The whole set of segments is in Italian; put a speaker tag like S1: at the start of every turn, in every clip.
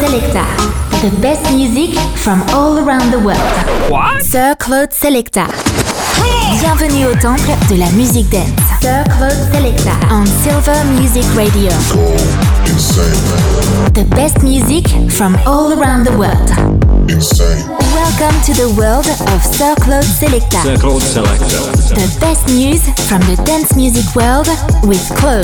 S1: Selecta. The best music from all around the world.
S2: What?
S1: Sir Claude Selecta. Bienvenue au temple de la musique dance. Sir Claude Selecta on Silver Music Radio. The best music from all around the world.
S3: Insane.
S1: Welcome to the world of Sir Claude Selecta.
S2: Sir Claude Selecta.
S1: The best news from the dance music world with Claude.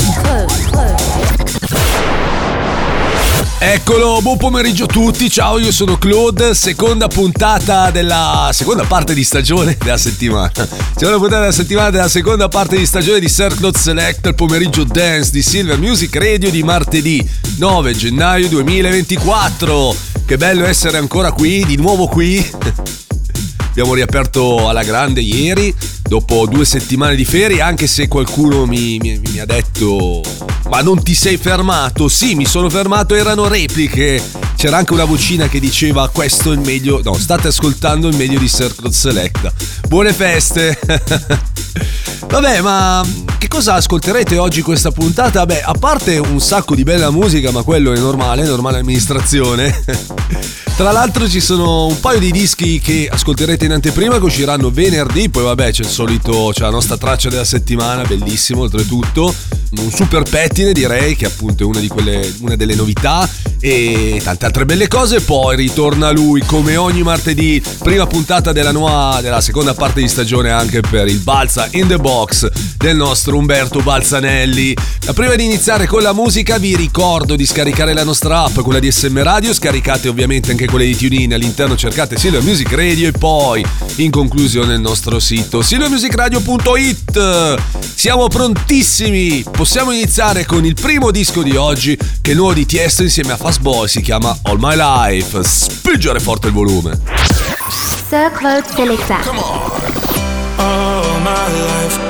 S4: Eccolo, buon pomeriggio a tutti, ciao, io sono Claude, seconda puntata della seconda parte di stagione della settimana. Seconda puntata della settimana della seconda parte di stagione di Sir Claude Selecta, il pomeriggio dance di Silver Music Radio di martedì 9 gennaio 2024. Che bello essere ancora qui, di nuovo qui. Abbiamo riaperto alla grande ieri, dopo 2 settimane di ferie, anche se qualcuno mi ha detto ma non ti sei fermato? Sì, mi sono fermato, erano repliche. C'era anche una vocina che diceva questo è il meglio, no, state ascoltando il meglio di Sir Claude Selecta. Buone feste! Vabbè, ma che cosa ascolterete oggi questa puntata? Beh, a parte un sacco di bella musica, ma quello è normale amministrazione. Tra l'altro ci sono un paio di dischi che ascolterete in anteprima che usciranno venerdì, poi vabbè c'è la nostra traccia della settimana, bellissimo oltretutto, un super pettine direi che appunto è una delle novità e tante altre belle cose. Poi ritorna lui come ogni martedì, prima puntata della seconda parte di stagione anche per il Balza in the Box del nostro Umberto Balzanelli. Ma prima di iniziare con la musica vi ricordo di scaricare la nostra app, quella di SM Radio, scaricate ovviamente anche quelle di TuneIn, all'interno cercate Silver Music Radio e poi in conclusione il nostro sito silvermusicradio.it. Siamo prontissimi, possiamo iniziare con il primo disco di oggi che è il nuovo di Tiesto insieme a Fast Boy, si chiama All My Life. Spingere forte il volume.
S1: Sir Claude Selecta.
S5: All my life,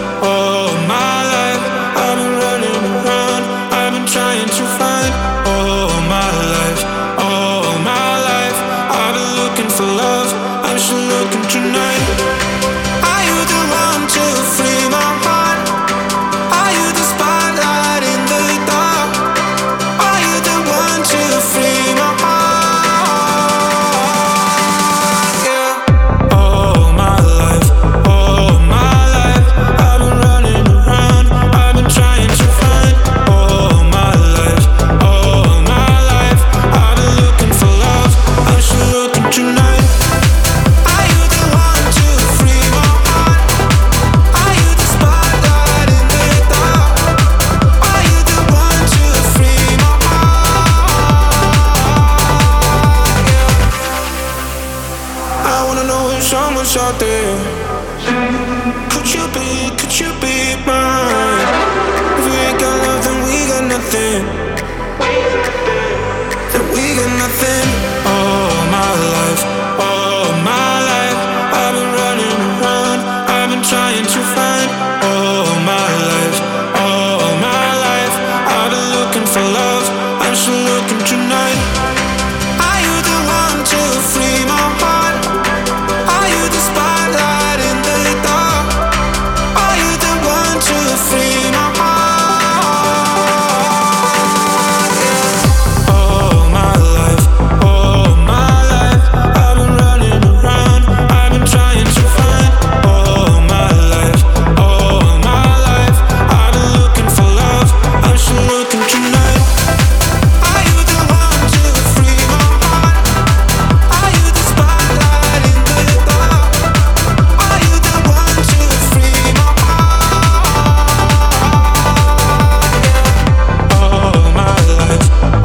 S5: I've been running around, I've been trying to find all my life, I've been looking for love, I'm still looking tonight. Are you the one to free my heart? Are you the spotlight in the dark? Are you the one to free my heart? Yeah. All my life, I've been running around, I've been trying to find all my life, I've been looking for love, I'm still looking tonight. Are you the one to free my heart? Are you the spotlight in the dark? Are you the one to free my heart? Yeah. I wanna know if someone's out there. Could you be mine? If we ain't got love, then we got nothing. Then we got nothing. All my life, I've been running around, I've been trying to find all my life, I've been looking for love, I'm still looking tonight. Are you the one to free my heart? Are you the spotlight in the dark? Are you the one to free my heart? Yeah. All my life, I've been running around, I've been trying to find all my life, I've been looking for love, I'm still looking tonight. Are you the one to free my heart? Are you the spotlight in the dark? Are you the one to free my heart? All my life,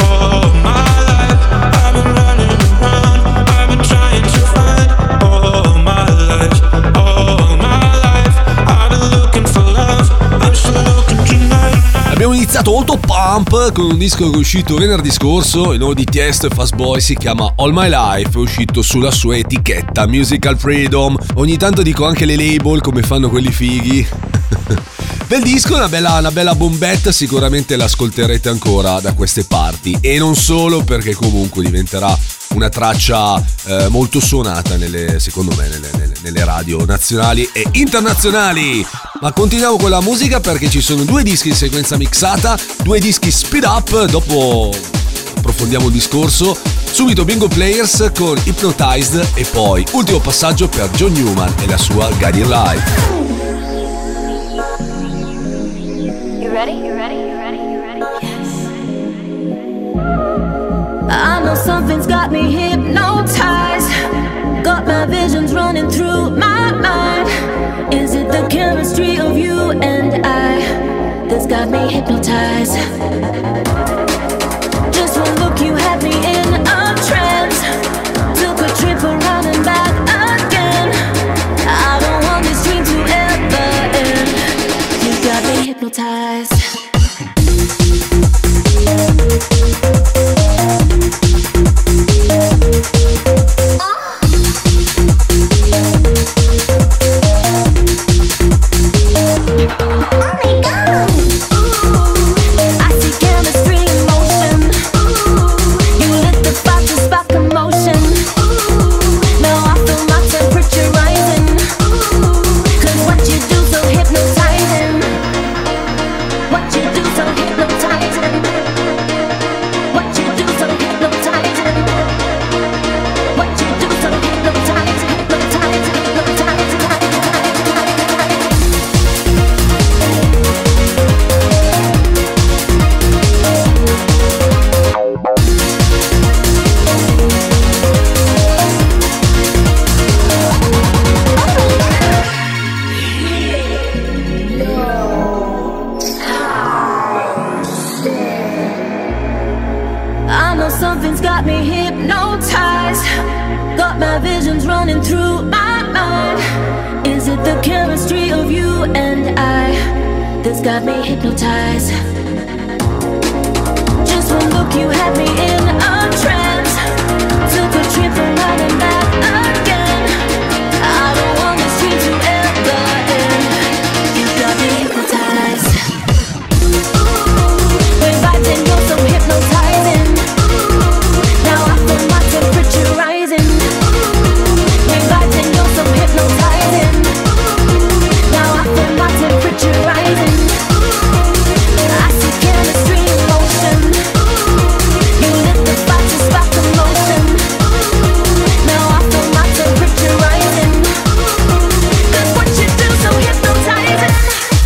S5: I've been running around, I've been trying to find all my life, I've been looking for love, I'm still looking tonight.
S4: Abbiamo iniziato molto pump con un disco che è uscito venerdì scorso, il nuovo di Tiesto e Fast Boy, si chiama All My Life, è uscito sulla sua etichetta Musical Freedom. Ogni tanto dico anche le label come fanno quelli fighi. Bel disco, una bella bombetta, sicuramente l'ascolterete ancora da queste parti e non solo, perché comunque diventerà una traccia molto suonata secondo me nelle radio nazionali e internazionali. Ma continuiamo con la musica perché ci sono 2 dischi in sequenza mixata, 2 dischi speed up. Dopo approfondiamo il discorso. Subito Bingo Players con Hypnotized e poi ultimo passaggio per John Newman e la sua Guiding Light.
S2: You ready? You ready? You ready? You ready? Yes. I know something's got me hypnotized. Got my visions running through my mind. Is it the chemistry of you and I that's got me hypnotized? Just one look, you had me in a trance. Took a trip around and back again. I don't want this dream to ever end. You got me hypnotized. Something's got me hypnotized. Got my visions running through my mind. Is it the chemistry of you and I that's got me hypnotized? Just one look, you had me in a trance. Took a trip around and back again. I don't want this dream to ever end. You got me hypnotized. We're vibing, you're so hypnotizing. Now I feel my temperature rising. We're vibing, you're so hypnotizing. Now I feel my temperature rising. I see chemistry in motion. You lit the fire to spark emotion. Now I feel my temperature rising. 'Cause what you do so hypnotizing.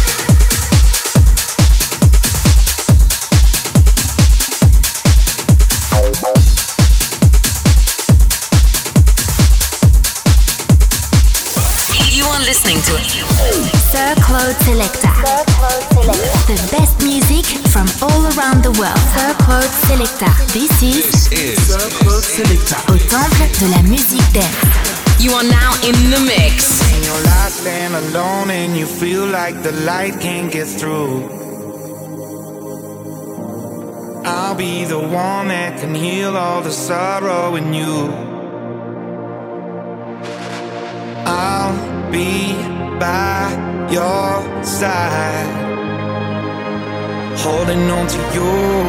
S1: Listening to Sir Claude Selecta. The best music from all around the world. Sir Claude Selecta. This is
S3: Sir Claude Selecta.
S1: au temple de la musique dance.
S6: You are now in the mix.
S5: And you're lost and alone and you feel like the light can't get through. I'll be the one that can heal all the sorrow in you. I'll be by your side, holding on to you,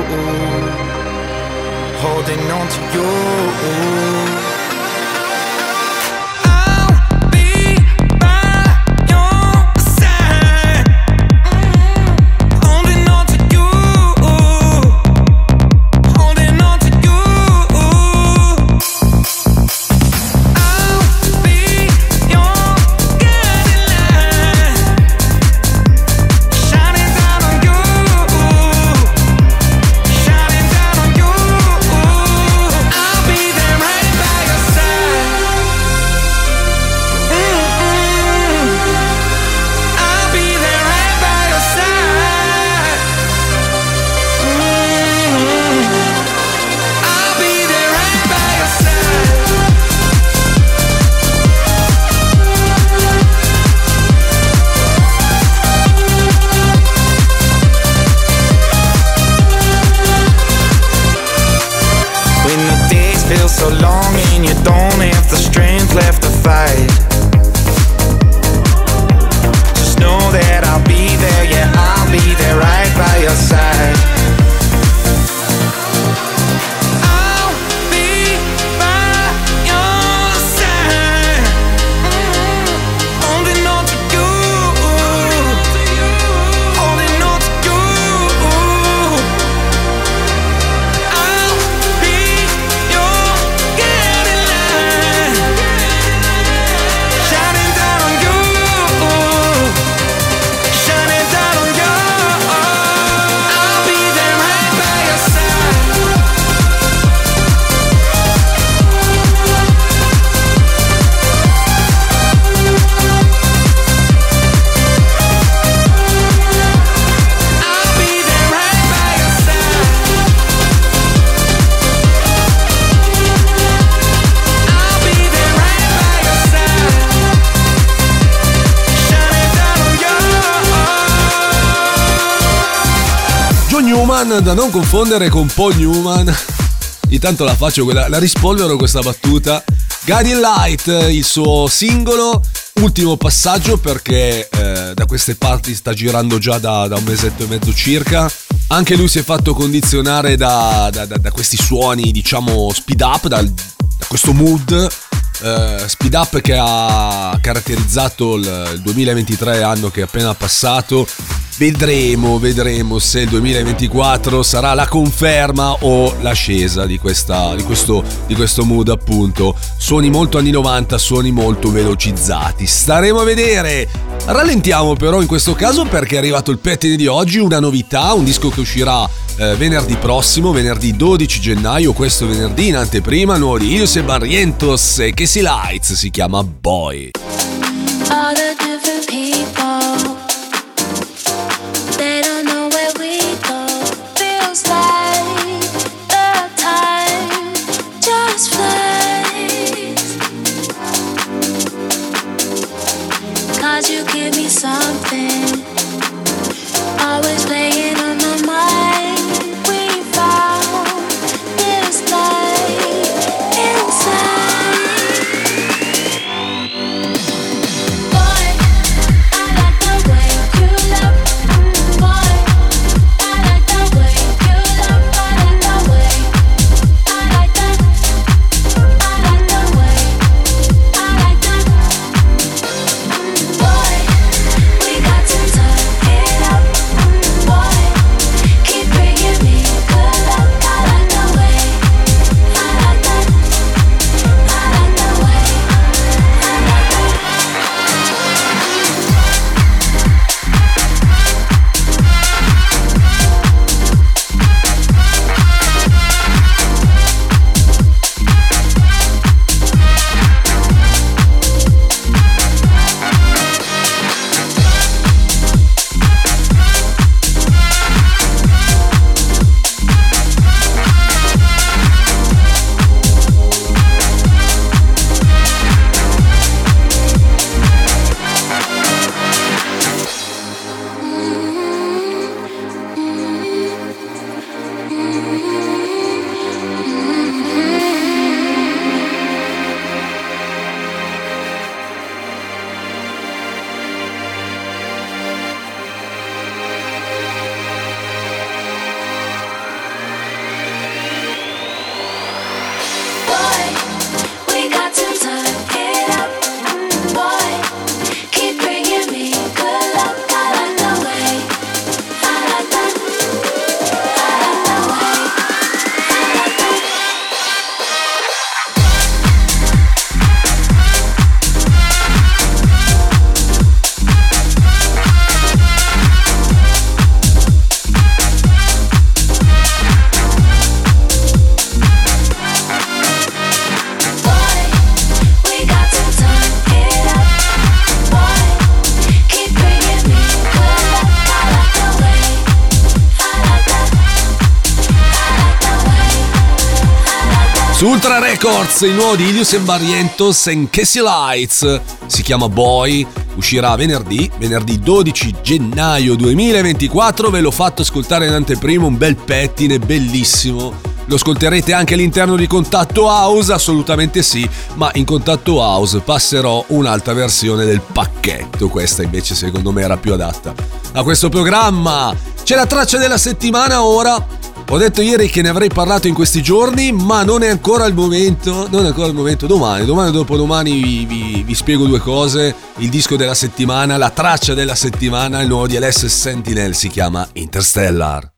S5: holding on to you. So long and you don't have the strength left to fight. Just know that I'll be there, yeah, I'll be there right by your side. I'll be by your side, holding on to you, holding on to you. I'll
S4: Newman, da non confondere con Paul Newman. Intanto la faccio la rispolvero questa battuta. Guiding Light, il suo singolo, ultimo passaggio perché da queste parti sta girando già da un mesetto e mezzo circa. Anche lui si è fatto condizionare da questi suoni, diciamo, speed up, da questo mood speed up che ha caratterizzato il 2023, anno che è appena passato. Vedremo se il 2024 sarà la conferma o l'ascesa di questo mood, appunto. Suoni molto anni 90, suoni molto velocizzati. Staremo a vedere. Rallentiamo però in questo caso perché è arrivato il pettine di oggi, una novità, un disco che uscirà venerdì prossimo, venerdì 12 gennaio, questo venerdì in anteprima, nuovo di Ilios e Barrientos e Casey Lights, si chiama Boy.
S2: All the different people, they don't know where we go. Feels like the time just flies. 'Cause you give me something, always playing on my mind. We found this light inside. Boy, I like the way you love. Boy, I like the way you love. I like the way. I like that. I like the way. I like that. Boy, we got to turn it up. Boy, keep bringing me good luck. I like the way. I like that. I like the way. I like that. Boy, we got to turn it up. Boy, keep bringing me good luck. I like the way. I like that. I like the way. I like that. Boy, we got to turn it up. Boy, keep bringing me good luck. I like the way. I like that. I like the way. I like that.
S4: Su Ultra Records, il nuovo di Ilios e Barrientos e Casey Lights, si chiama Boy, uscirà venerdì 12 gennaio 2024, ve l'ho fatto ascoltare in anteprima, un bel pettine bellissimo. Lo ascolterete anche all'interno di Contatto House, assolutamente sì, ma in Contatto House passerò un'altra versione del pacchetto, questa invece secondo me era più adatta a questo programma. C'è la traccia della settimana ora. Ho detto ieri che ne avrei parlato in questi giorni, ma non è ancora il momento. Domani o dopodomani vi spiego due cose. Il disco della settimana, la traccia della settimana, il nuovo di LS Sentinel, si chiama Interstellar.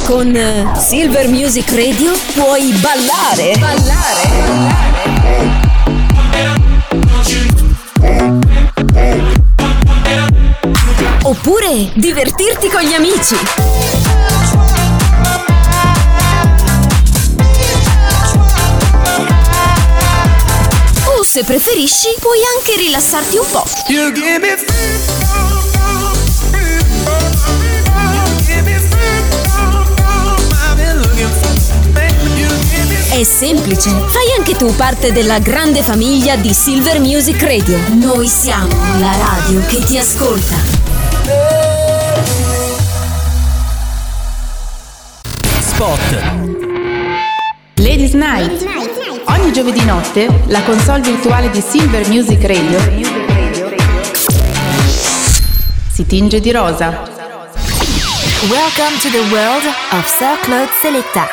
S2: Con Silver Music Radio puoi ballare. Oppure divertirti con gli amici. O se preferisci puoi anche rilassarti un po'. È semplice, fai anche tu parte della grande famiglia di Silver Music Radio. Noi siamo la radio che ti ascolta.
S7: Spot.
S8: Ladies Night. Ogni giovedì notte la console virtuale di Silver Music Radio si tinge di rosa.
S1: Welcome to the world of Sir Claude Selecta.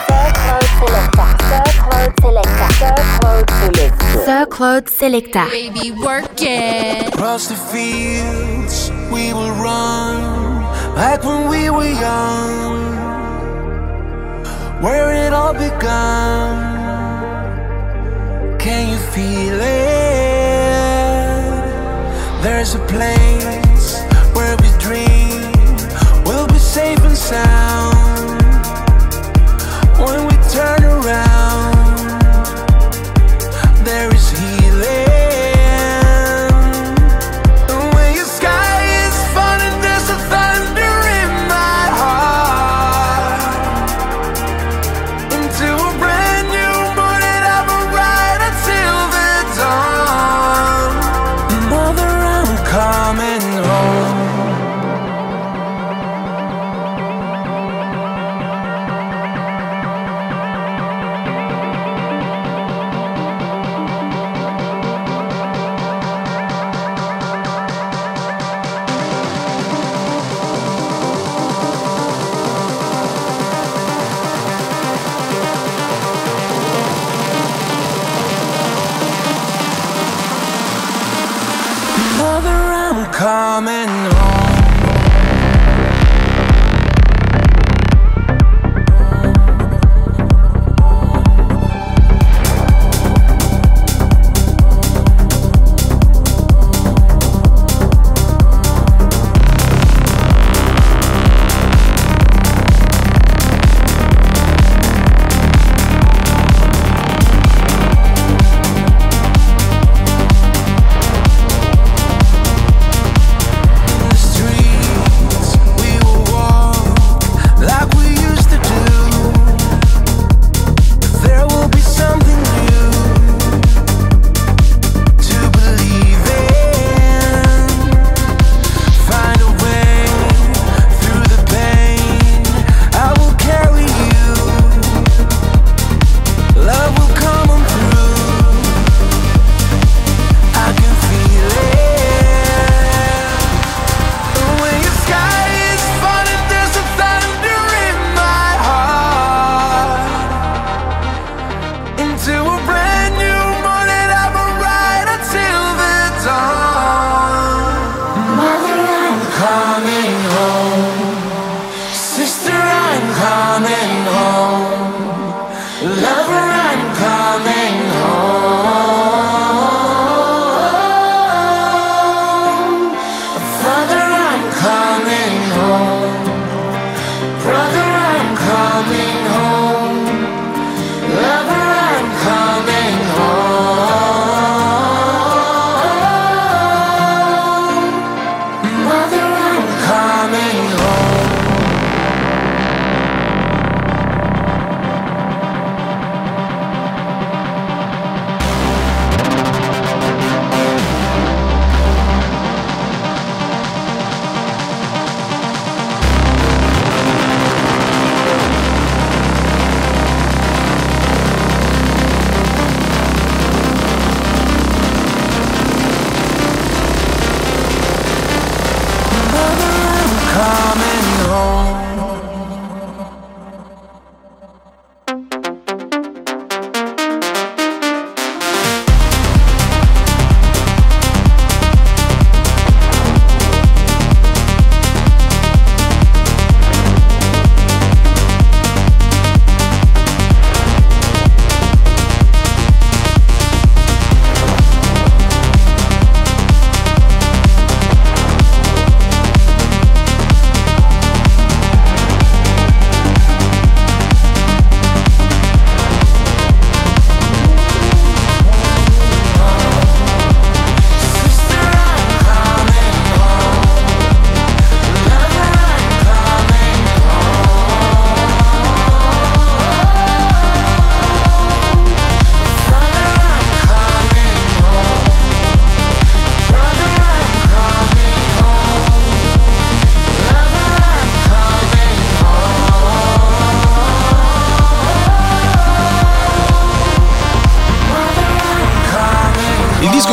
S1: Sir Claude Selecta.
S6: Baby, work it.
S5: Across the fields we will run like when we were young, where it all began. Can you feel it? There's a place where we dream we'll be safe and sound. When we turn around, there is healing. When your sky is falling, there's a thunder in my heart. Into a brand new morning, I will ride until the dawn. Mother, I'm coming home.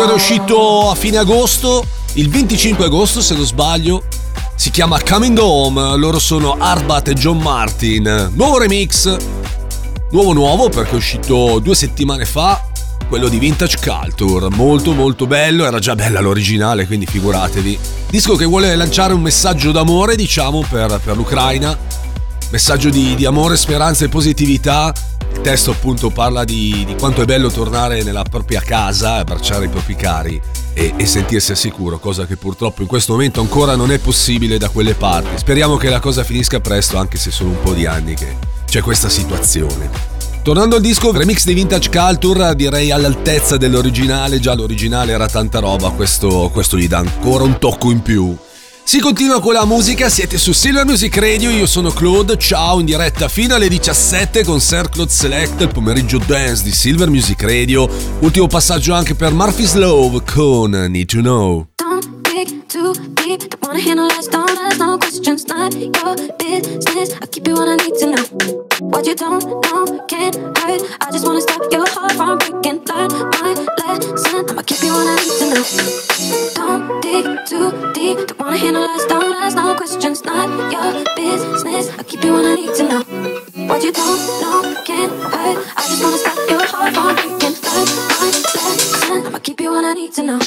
S4: era uscito a fine agosto, il 25 agosto se non sbaglio. Si chiama Coming Home, loro sono Arbat e John Martin. Nuovo remix, nuovo perché è uscito 2 settimane fa, quello di Vintage Culture, molto molto bello, era già bella l'originale, quindi figuratevi. Disco che vuole lanciare un messaggio d'amore, diciamo, per l'Ucraina, messaggio di amore, speranza e positività. Il testo appunto parla di quanto è bello tornare nella propria casa, abbracciare i propri cari e sentirsi al sicuro, cosa che purtroppo in questo momento ancora non è possibile da quelle parti. Speriamo che la cosa finisca presto, anche se sono un po' di anni che c'è questa situazione. Tornando al disco, remix di Vintage Culture, direi all'altezza dell'originale, già l'originale era tanta roba, questo gli dà ancora un tocco in più. Si continua con la musica, siete su Silver Music Radio, io sono Claude, ciao, in diretta fino alle 17 con Sir Claude Select, il pomeriggio dance di Silver Music Radio. Ultimo passaggio anche per Murphy's Love con Need to Know.
S2: Don't dig too deep, don't wanna handle less, don't ask no questions, not your business. I keep you what I need to know. What you don't know can't hurt. I just wanna stop your heart from breaking. Learn my lesson, I'ma keep you what I need to know. Don't dig too deep, don't wanna handle less, don't ask no questions, not your business. I keep you what I need to know. What you don't know can't hurt. I just wanna stop your heart from breaking. Learn my lesson, I'ma keep you what I need to know.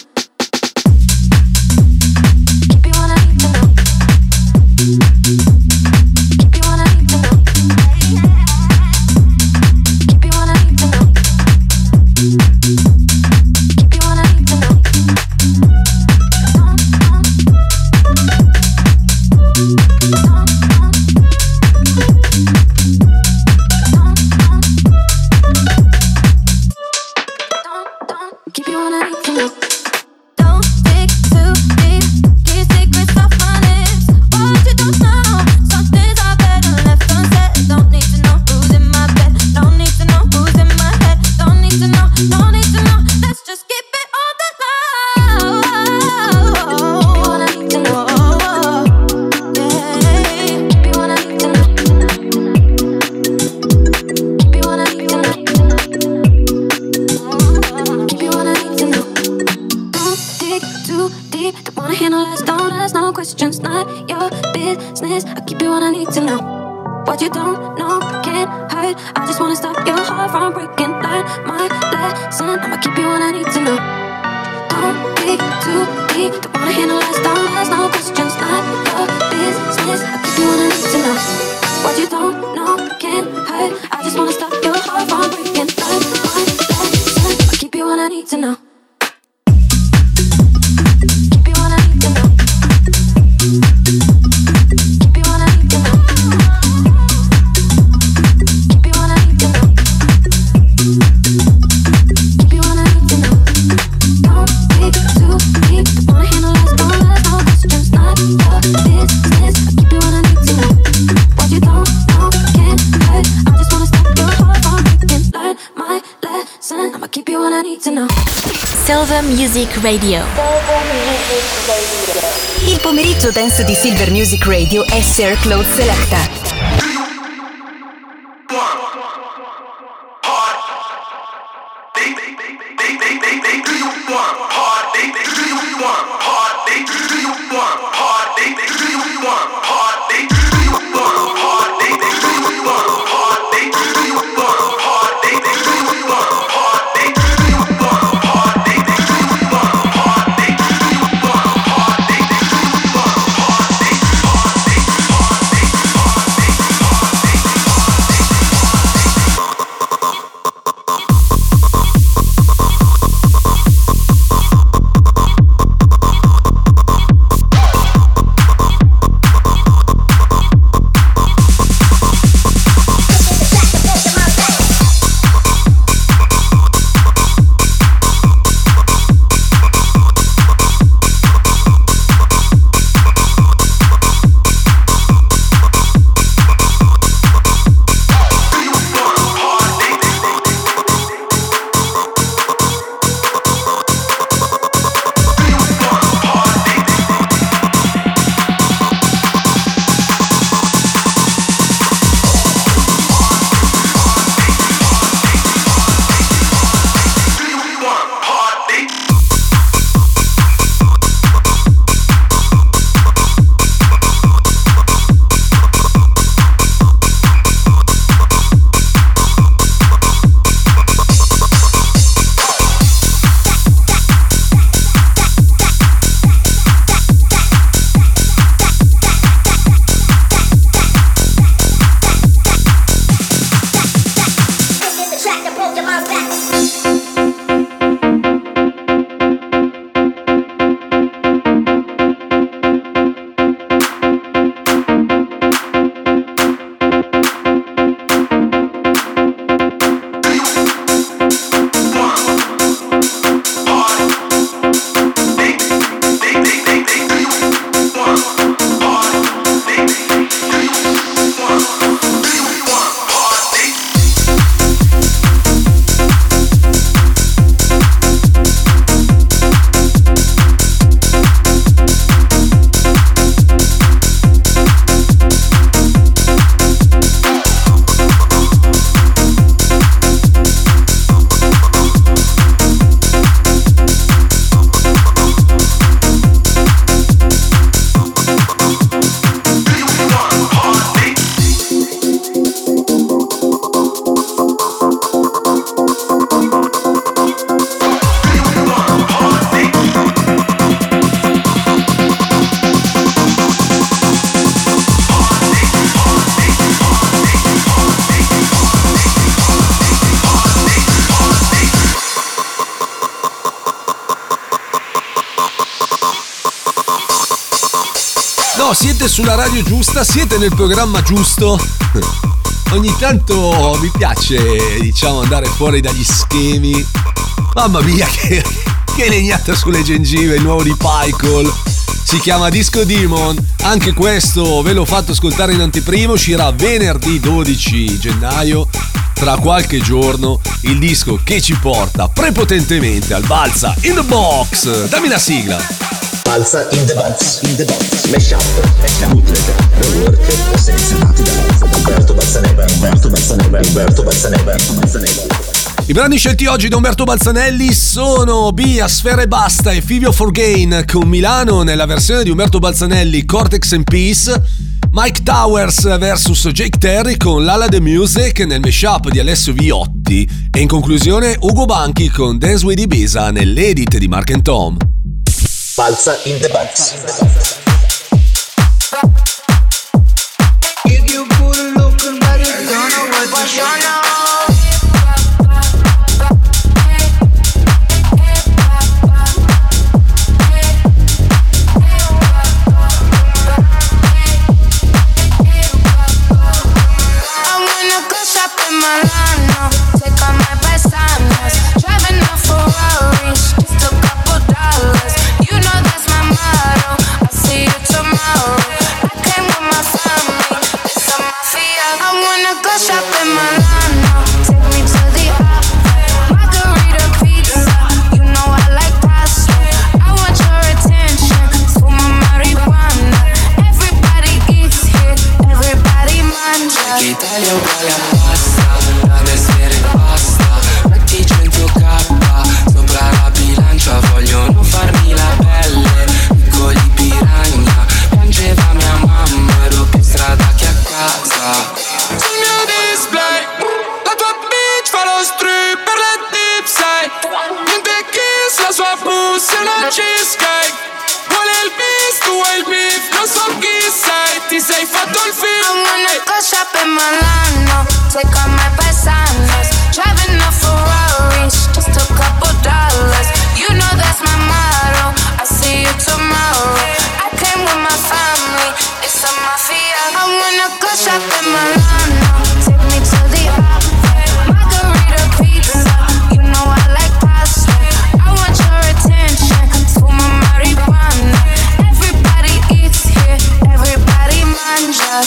S2: Keep you what I need to know. Keep you what I need to know. Keep you what I need to know. Keep you what I need to know. Keep you what I need to know. Don't dig too deep, keep secrets off my lips. What you don't know, some things are better left unsaid. Don't need to know who's in my bed. Don't need to know who's in my head. Don't need to know, don't need to know. Let's just keep it on the low. Keep you what I need to know. Yeah, keep you what I need to know. Keep you what I need to know. Keep you what I need to know. Don't dig too deep, don't wanna handle less, don't ask no questions, not your business. I keep you what I need to know. What you don't know can't hurt. I just wanna stop your heart from breaking. Learn my lesson, I'ma keep you what I need to know. Don't dig too deep, don't wanna handle less, don't ask no questions, not your business. I keep you what I need to know. What you don't know can't hurt. I just wanna stop your heart from breaking. Learn my lesson, I'ma keep you what I need to know. Keep you what I need to know. Keep you what I need to know. Keep you what I need to know. Keep you what I need to know. Don't dig too deep, don't wanna handle less, don't ask no questions, not your business. I keep you what I need to know. What you don't know can't hurt. I just wanna stop your heart from breaking. Learn my lesson, I'ma keep you what I need to know.
S1: Silver Music Radio.
S9: Il pomeriggio dance di Silver Music Radio è Sir Claude Selecta.
S4: siete sulla radio giusta, siete nel programma giusto. Ogni tanto mi piace, diciamo, andare fuori dagli schemi. Mamma mia, che legnata sulle gengive, il nuovo di Pycol. Si chiama Disco Demon. Anche questo ve l'ho fatto ascoltare in anteprima. Uscirà venerdì 12 gennaio. Tra qualche giorno il disco che ci porta prepotentemente al Balza in the Box. Dammi la sigla.
S10: Balza in the Box, mashup, bootleg, rework, selezionati da Umberto Balzaneva.
S4: I brani scelti oggi da Umberto Balzanelli sono Bia, Sfera e Basta e Fivio Forgain con Milano nella versione di Umberto Balzanelli, Cortex and Peace, Mike Towers vs Jake Terry con Lala The Music nel mashup di Alessio Viotti e in conclusione Ugo Banchi con Dance with Ibiza nell'edit di Mark and Tom.
S10: Balza in the Box.
S5: If you put a look at it, you know what you know.
S11: Italia uguale a pasta, la mestiere basta, metti 100k sopra la bilancia, vogliono farmi la pelle, piccoli piranha, piangeva mia mamma, ero più strada che a casa. Sul mio display, la tua bitch fa lo strip per le deep side, niente kiss, la sua pussy è una cheesecake, vuole il bis, tu vuoi il beef, non so chi sei, ti sei fatto il film.
S2: I'm gonna go shop in Milano, take all my paisanos, driving a Ferrari, just a couple dollars. You know that's my motto, I'll see you tomorrow. I came with my family, it's a mafia. I'm gonna go shop in Milano, take me to the opera, margarita pizza. You know I like pasta, I want your attention, to my marijuana. Everybody eats here, everybody manja.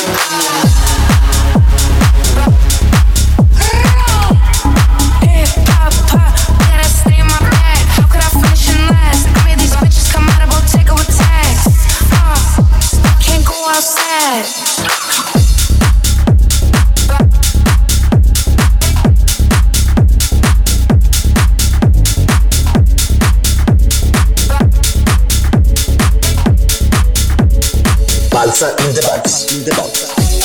S10: Balza in the Box, in the Box.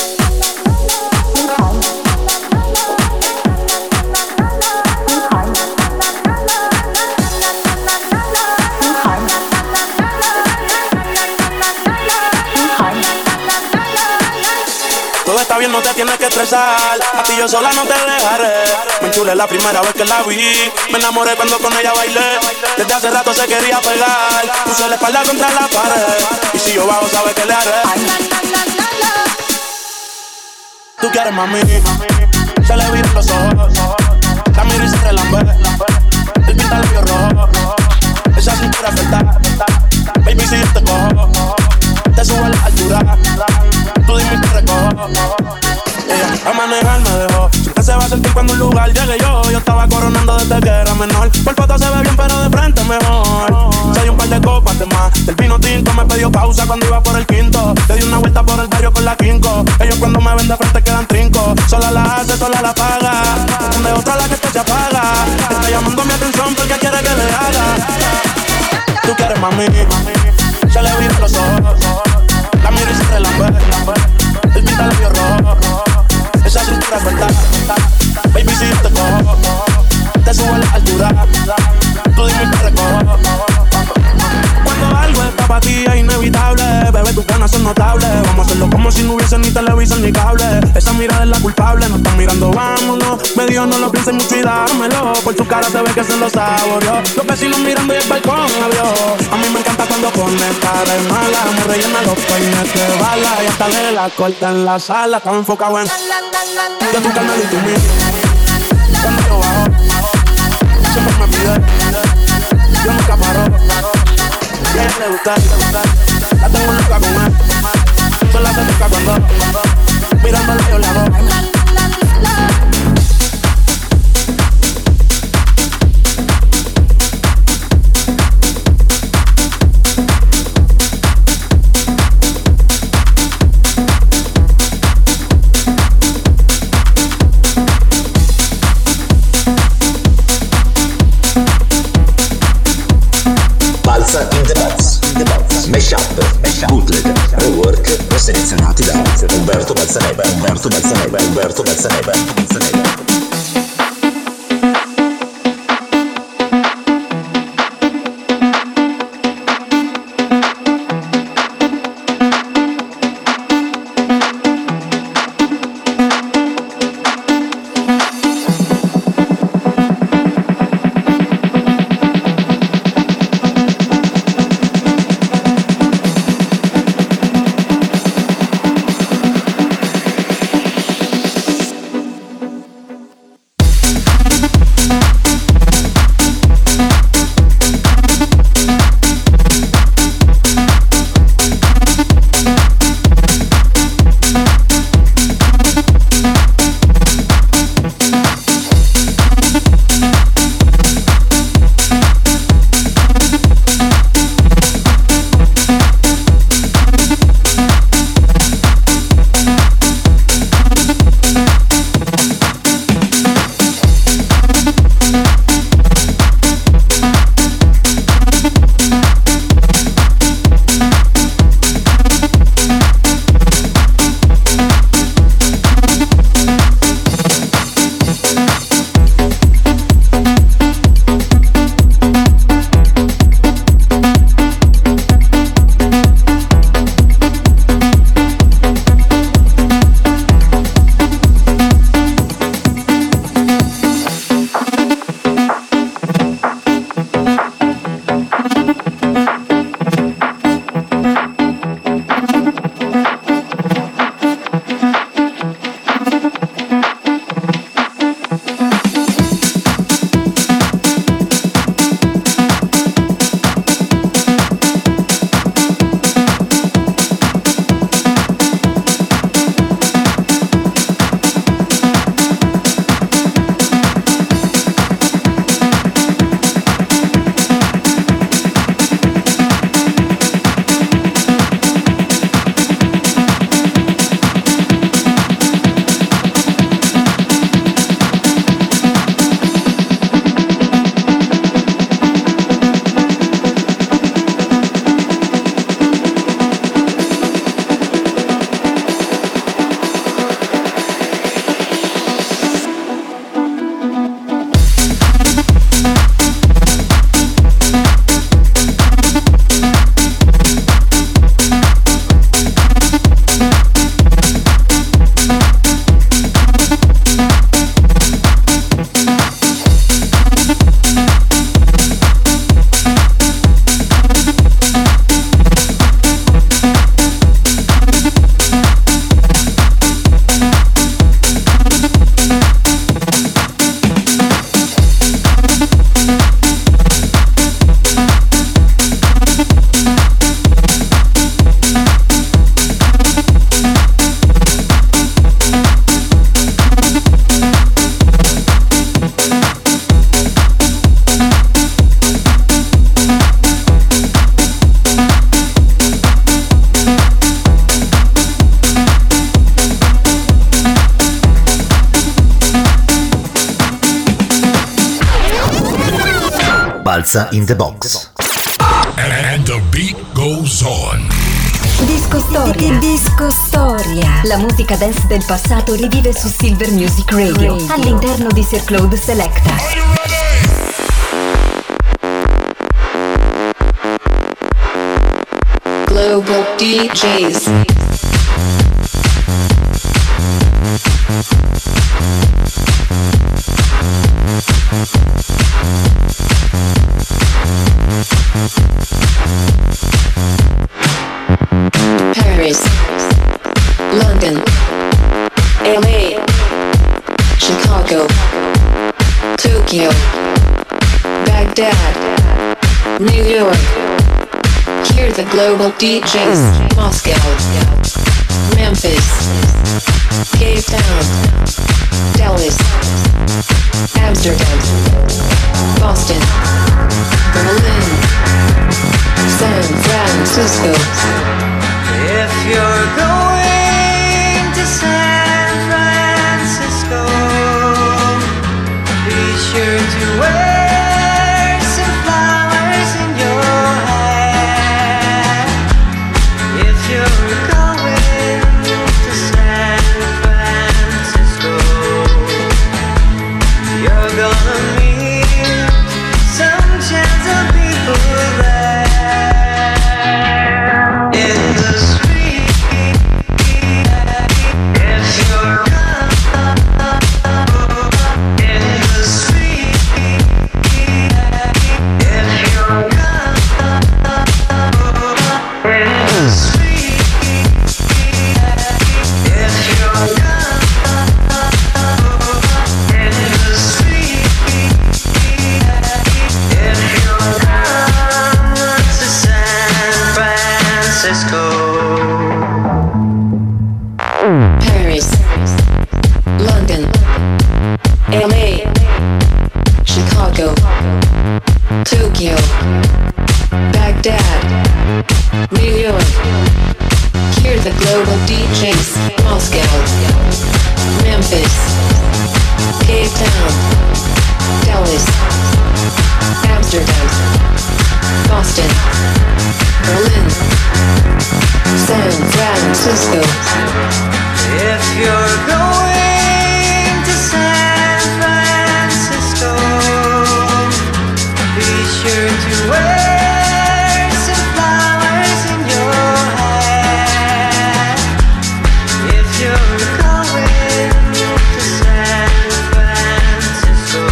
S12: Todo está bien, no te tienes que estresar. A ti yo sola no te dejaré. Me enchulé la primera vez que la vi. Me enamoré cuando con ella bailé. Desde hace rato se quería pegar. Puse la espalda contra la pared. Y si yo bajo, sabes que le haré. Tú quieres mami. Se le viran los ojos. La miro y se relambé. El pinta el labio rojo. Esa cintura suelta. Baby, si yo te cojo, te subo a la altura. Tú dime y te recojo. Ella a manejar me dejó. Siempre se va a sentir cuando un lugar llegue yo. Yo estaba coronando desde que era menor. Por foto se ve bien pero de frente mejor. Se dio un par de copas de más. Del vino tinto me pidió pausa cuando iba por el quinto. Le di una vuelta por el barrio con la quinco. Ellos cuando me ven de frente quedan trinco. Sola la hace, sola la paga. Donde otra la que te se apaga. Está llamando mi atención porque quiere que le haga. Tú quieres mami. Se le viran los ojos. La miro y se relambé. El pinta el labio rojo. Esa cintura suelta. Baby, si yo te cojo, te subo a la altura. Tú dime y te recojo. Cuando algo está para ti es inevitable, bebé, tus ganas son notables. Vamos a hacerlo como si no hubiese ni televisor ni cable. Esa mirada es la culpable, no están mirando, vámonos. Me dijo no lo pienses mucho y dámelo. Por su cara se ve que se lo saboreó. Los vecinos mirando y el balcón abrió. A mí me encanta cuando pone cara de mala. Me rellena los peines de bala. Y hasta de la corta en la sala. Estaba enfocado en de tu canal y tu mío. Cuando yo bajo, siempre me pide. Yo nunca paro. Y a ella le gusta. La tengo loca con él. Solo se toca cuando mirándole yo le hago.
S10: Balsa in the box. Mashup, bootleg, rework, selezionati da Umberto Balzaneva.
S13: Balsa in the box.
S14: And the beat goes on.
S9: Disco Storia. Disco Storia. La musica dance del passato rivive su Silver Music Radio. All'interno di Sir Claude Selecta.
S15: Global DJs. London, LA, Chicago, Tokyo, Baghdad, New York. Hear the global DJs. Moscow, Memphis, Cape Town, Dallas, Amsterdam, Boston, Berlin, San Francisco.
S16: If you're going to San Francisco, be sure to wear some flowers in your hair. If you're going to San Francisco, you're gonna meet some gentle people there. In the street, if you're in the street, if you're in the street, if you're in the street, if you're to San Francisco.
S15: Paris, London, LA, Chicago, Tokyo, Baghdad, New York. Hear the global DJs. Moscow, Memphis, Cape Town, Dallas, Amsterdam, Boston, Berlin, San Francisco.
S16: If you're going to San Francisco, be sure to wear some flowers in your hair. If you're going to San Francisco,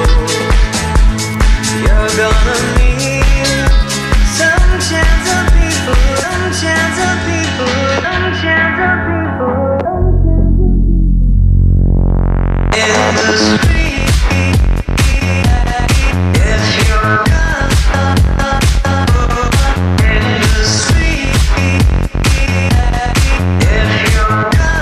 S16: you're gonna meet some gentle people, some gentle people, some gentle people. In the street, if you're in the street, if you're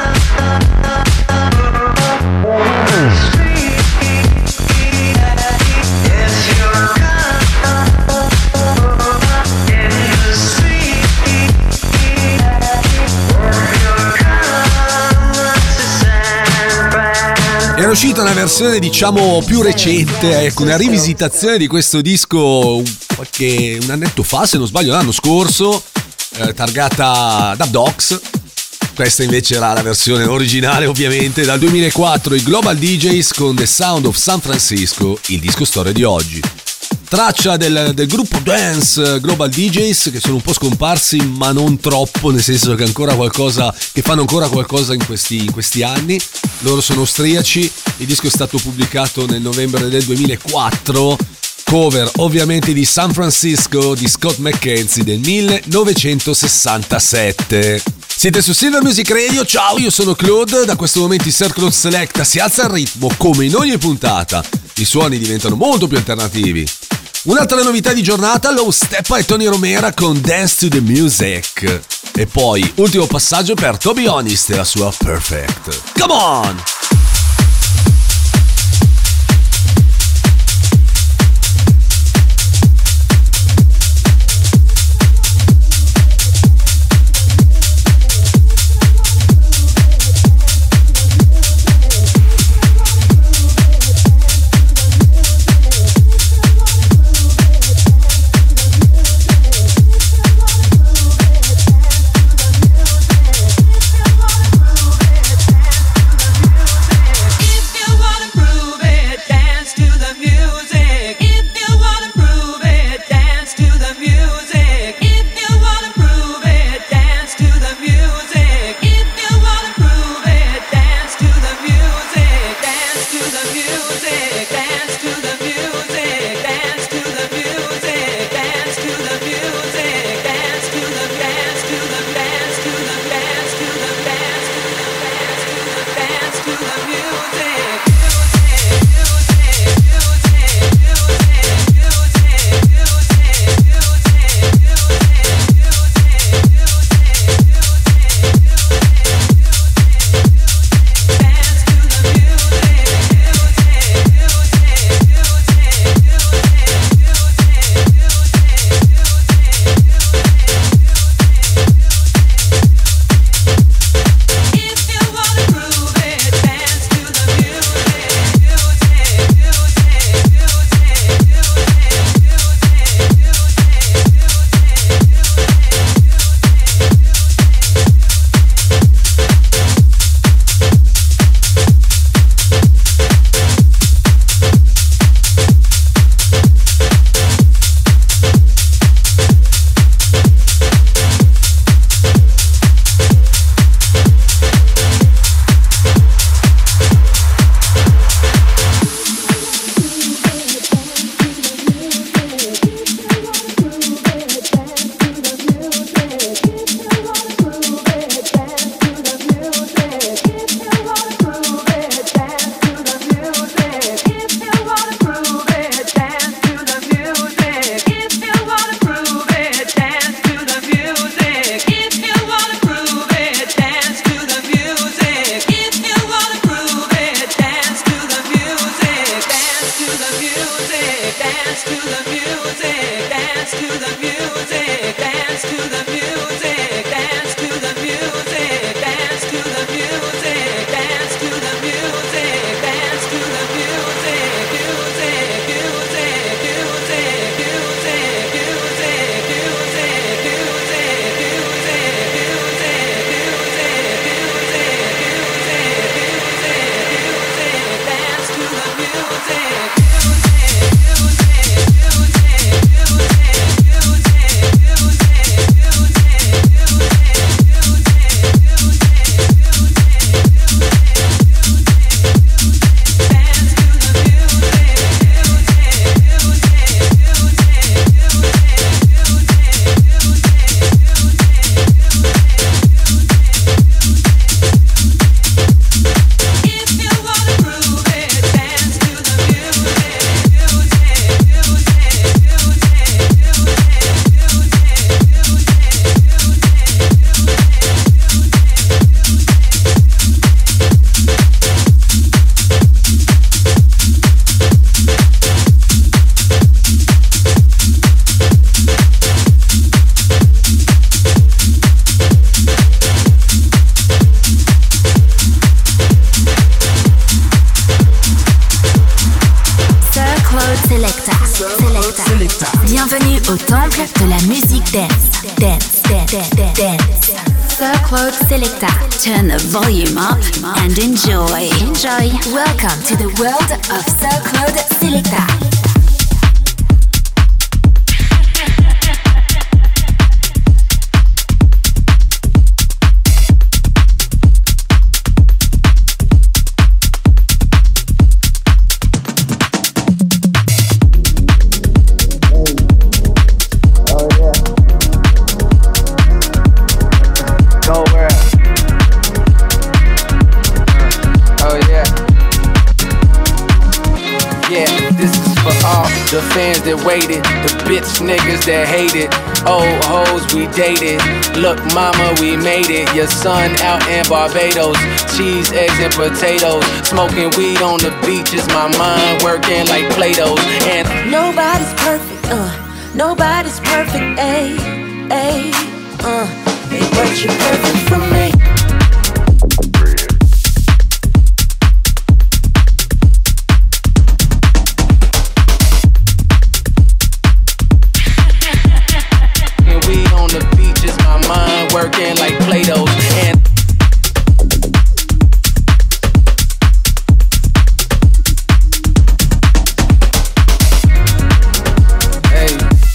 S4: Era uscita una versione diciamo più recente, ecco, una rivisitazione di questo disco un annetto fa, se non sbaglio l'anno scorso, targata da Docs. Questa invece era la versione originale, ovviamente, dal 2004, i Global DJs con The Sound of San Francisco, il disco storia di oggi. Traccia del gruppo dance Global DJs, che sono un po' scomparsi, ma non troppo, nel senso che fanno ancora qualcosa in questi anni. Loro sono austriaci, il disco è stato pubblicato nel novembre del 2004, cover ovviamente di San Francisco di Scott McKenzie del 1967. Siete su Silver Music Radio, ciao, io sono Claude, da questo momento il Sir Claude Selecta si alza il ritmo come in ogni puntata, i suoni diventano molto più alternativi. Un'altra novità di giornata, Low Steppa e Tony Romera con Dance to the Music. E poi, ultimo passaggio per Toby Honest e la sua Perfect. Come on!
S16: If
S1: Bienvenue au temple de la musique dance. Dance, dance, dance, dance. Sir Claude Selecta. Turn the volume up and enjoy. Enjoy. Welcome to the world of Sir Claude Selecta.
S17: The fans that waited, the bitch niggas that hated, old hoes we dated. Look, mama, we made it. Your son out in Barbados, cheese, eggs, and potatoes. Smoking weed on the beach is my mind working like Play-Dohs. And
S2: nobody's perfect, nobody's perfect, ayy, ayy, but you're perfect for me.
S17: Working like Play-Dohs and hey.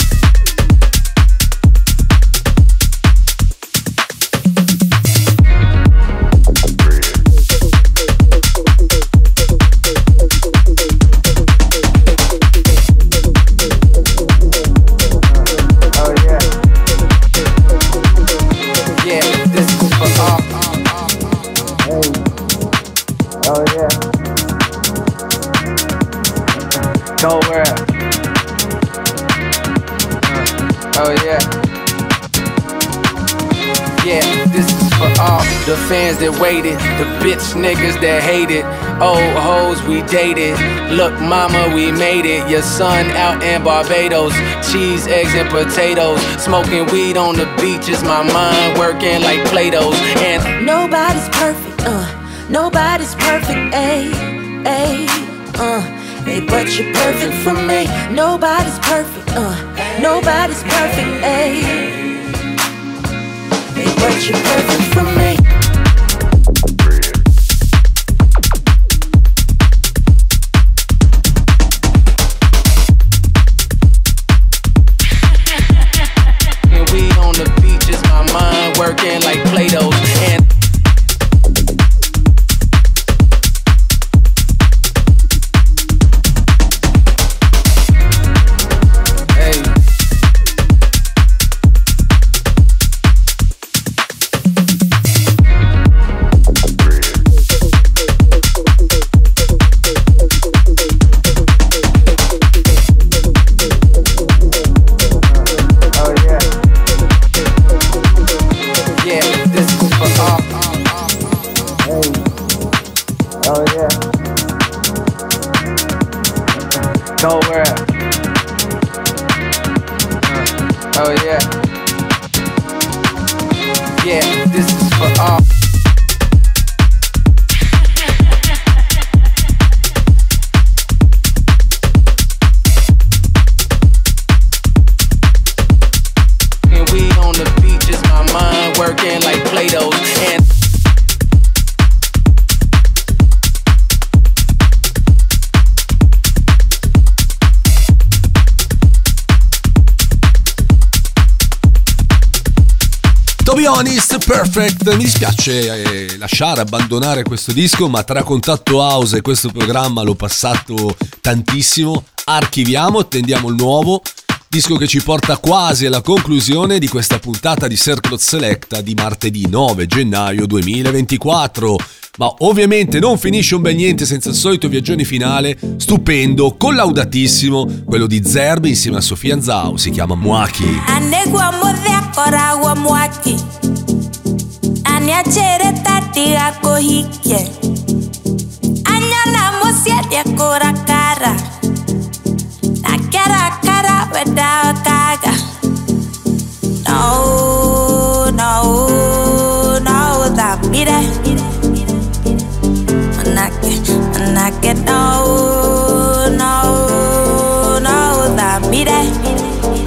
S17: The fans that waited, the bitch niggas that hated, old hoes we dated. Look, mama, we made it. Your son out in Barbados, cheese, eggs, and potatoes. Smoking weed on the beach is my mind working like Play-Dohs. And
S2: nobody's perfect, nobody's perfect, ayy, ayy, but you're perfect for me. Nobody's perfect, nobody's perfect, ayy, but you're perfect for me.
S17: Working like Play-Dohs and hey.
S4: Honest Perfect. Mi dispiace lasciare, abbandonare questo disco, ma tra Contatto House e questo programma l'ho passato tantissimo. Archiviamo, attendiamo il nuovo disco che ci porta quasi alla conclusione di questa puntata di Sir Claude Selecta di martedì 9 gennaio 2024. Ma ovviamente non finisce un bel niente senza il solito viaggione finale stupendo, collaudatissimo, quello di Zerb insieme a Sofia Nzau, si chiama Mwaki.
S18: No, no, no, that me there. Manake, no, no, no, that me there.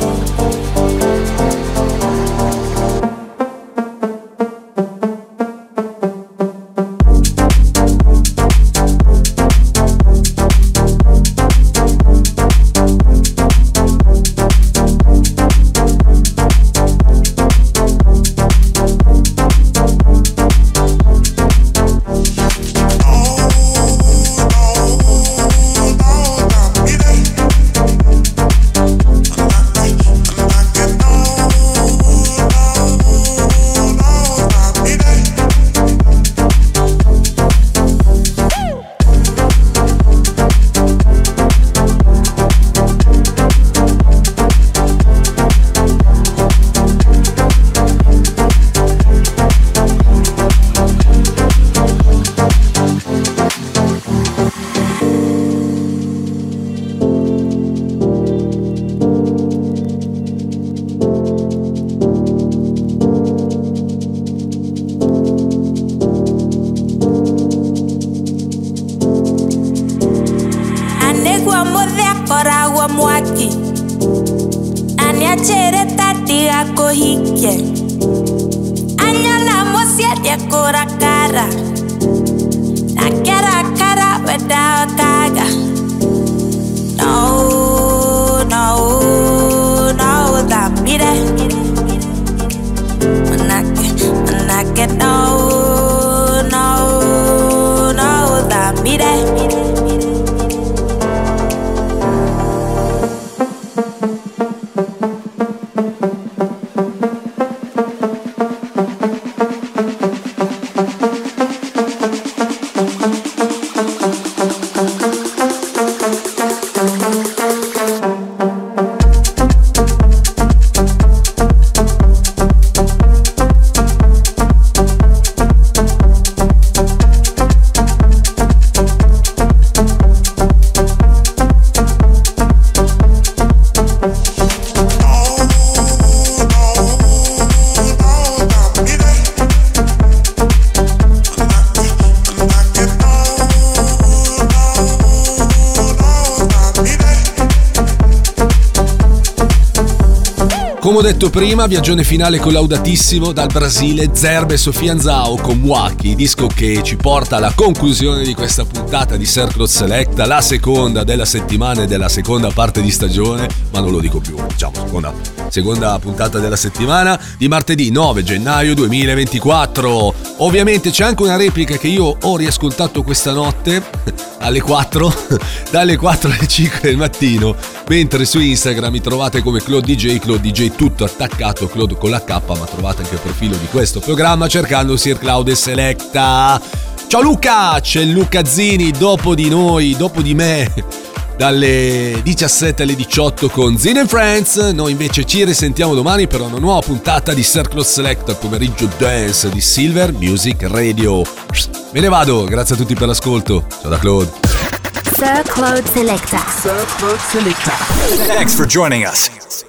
S18: mwaki aniachere tatiga kuhikie anyona musietie kurakara nakerakara without kaga. No, no, no, that be there. When I get no, no, no, that be there.
S4: Come ho detto prima, viaggione finale collaudatissimo dal Brasile, Zerbe e Sofia Nzao con Mwaki, disco che ci porta alla conclusione di questa puntata di Circle Selecta, la seconda della settimana e della seconda parte di stagione, ma non lo dico più, diciamo seconda puntata della settimana di martedì 9 gennaio 2024. Ovviamente c'è anche una replica che io ho riascoltato questa notte alle 4, dalle 4 alle 5 del mattino, mentre su Instagram mi trovate come Claude DJ tutto attaccato, Claude con la K, ma trovate anche il profilo di questo programma cercando Circle Selecta. Ciao Luca, c'è Luca Zini dopo di noi, dopo di me, dalle 17 alle 18 con Zin and Friends. Noi invece ci risentiamo domani per una nuova puntata di Circle Select, pomeriggio dance di Silver Music Radio. Me ne vado, grazie a tutti per l'ascolto. Ciao da Claude.
S1: Circle Selecta.
S14: Thanks for joining us.